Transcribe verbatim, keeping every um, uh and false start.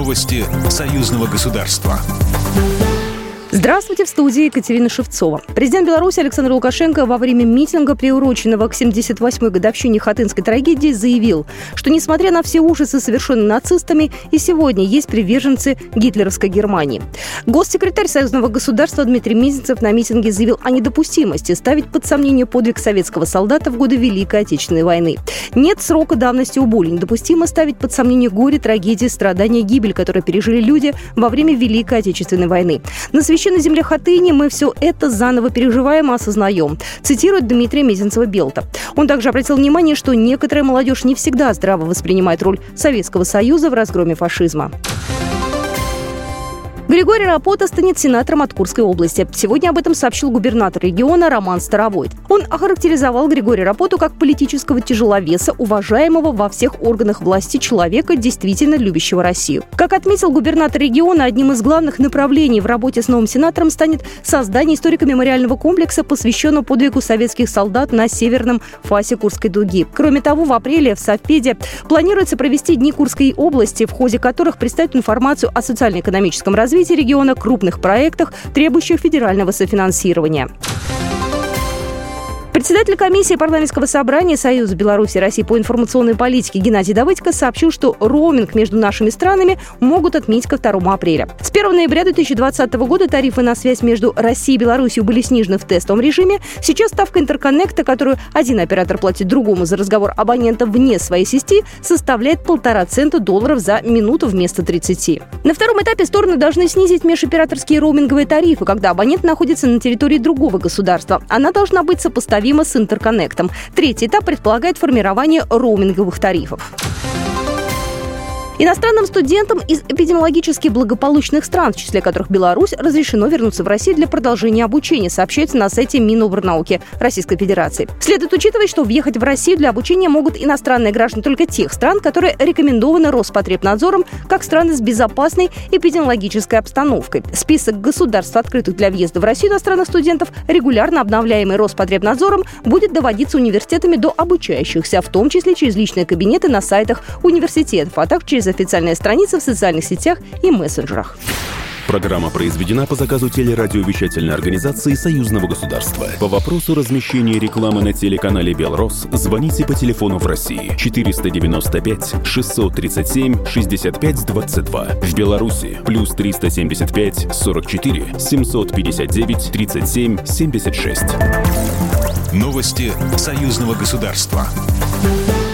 Новости союзного государства. Здравствуйте, в студии Екатерина Шевцова. Президент Беларуси Александр Лукашенко во время митинга, приуроченного к семьдесят восьмой годовщине Хатынской трагедии, заявил, что, несмотря на все ужасы, совершенные нацистами, и сегодня есть приверженцы гитлеровской Германии. Госсекретарь союзного государства Дмитрий Мезенцев на митинге заявил о недопустимости ставить под сомнение подвиг советского солдата в годы Великой Отечественной войны. Нет срока давности у боли. Недопустимо ставить под сомнение горе, трагедии, страдания, гибель, которые пережили люди во время Великой Отечественной войны. На священной земле Хатыни мы все это заново переживаем и осознаем, цитирует Дмитрия Мезенцева-Белта. Он также обратил внимание, что некоторая молодежь не всегда здраво воспринимает роль Советского Союза в разгроме фашизма. Григорий Рапота станет сенатором от Курской области. Сегодня об этом сообщил губернатор региона Роман Старовойт. Он охарактеризовал Григория Рапоту как политического тяжеловеса, уважаемого во всех органах власти человека, действительно любящего Россию. Как отметил губернатор региона, одним из главных направлений в работе с новым сенатором станет создание историко-мемориального комплекса, посвященного подвигу советских солдат на северном фасе Курской дуги. Кроме того, в апреле в Совпеде планируется провести Дни Курской области, в ходе которых представят информацию о социально-экономическом развитии региона, крупных проектах, требующих федерального софинансирования. Председатель комиссии парламентского собрания Союза Беларуси и России по информационной политике Геннадий Давыдько сообщил, что роуминг между нашими странами могут отменить ко второму апреля. С первого ноября две тысячи двадцатого года тарифы на связь между Россией и Беларусью были снижены в тестовом режиме. Сейчас ставка интерконнекта, которую один оператор платит другому за разговор абонента вне своей сети, составляет полтора цента долларов за минуту вместо тридцати. На втором этапе стороны должны снизить межоператорские роуминговые тарифы, когда абонент находится на территории другого государства. Она должна быть сопоставима с интерконнектом. Третий этап предполагает формирование роуминговых тарифов. Иностранным студентам из эпидемиологически благополучных стран, в числе которых Беларусь, разрешено вернуться в Россию для продолжения обучения, сообщается на сайте Минобрнауки Российской Федерации. Следует учитывать, что въехать в Россию для обучения могут иностранные граждане только тех стран, которые рекомендованы Роспотребнадзором как страны с безопасной эпидемиологической обстановкой. Список государств, открытых для въезда в Россию иностранных студентов, регулярно обновляемый Роспотребнадзором, будет доводиться университетами до обучающихся, в том числе через личные кабинеты на сайтах университетов, а также через официальные страницы в социальных сетях и мессенджерах. Программа произведена по заказу телерадиовещательной организации Союзного государства. По вопросу размещения рекламы на телеканале «Белрос» звоните по телефону в России четыреста девяносто пять шестьсот тридцать семь шестьдесят пять двадцать два. В Беларуси плюс триста семьдесят пять сорок четыре семьсот пятьдесят девять тридцать семь семьдесят шесть. Новости союзного государства.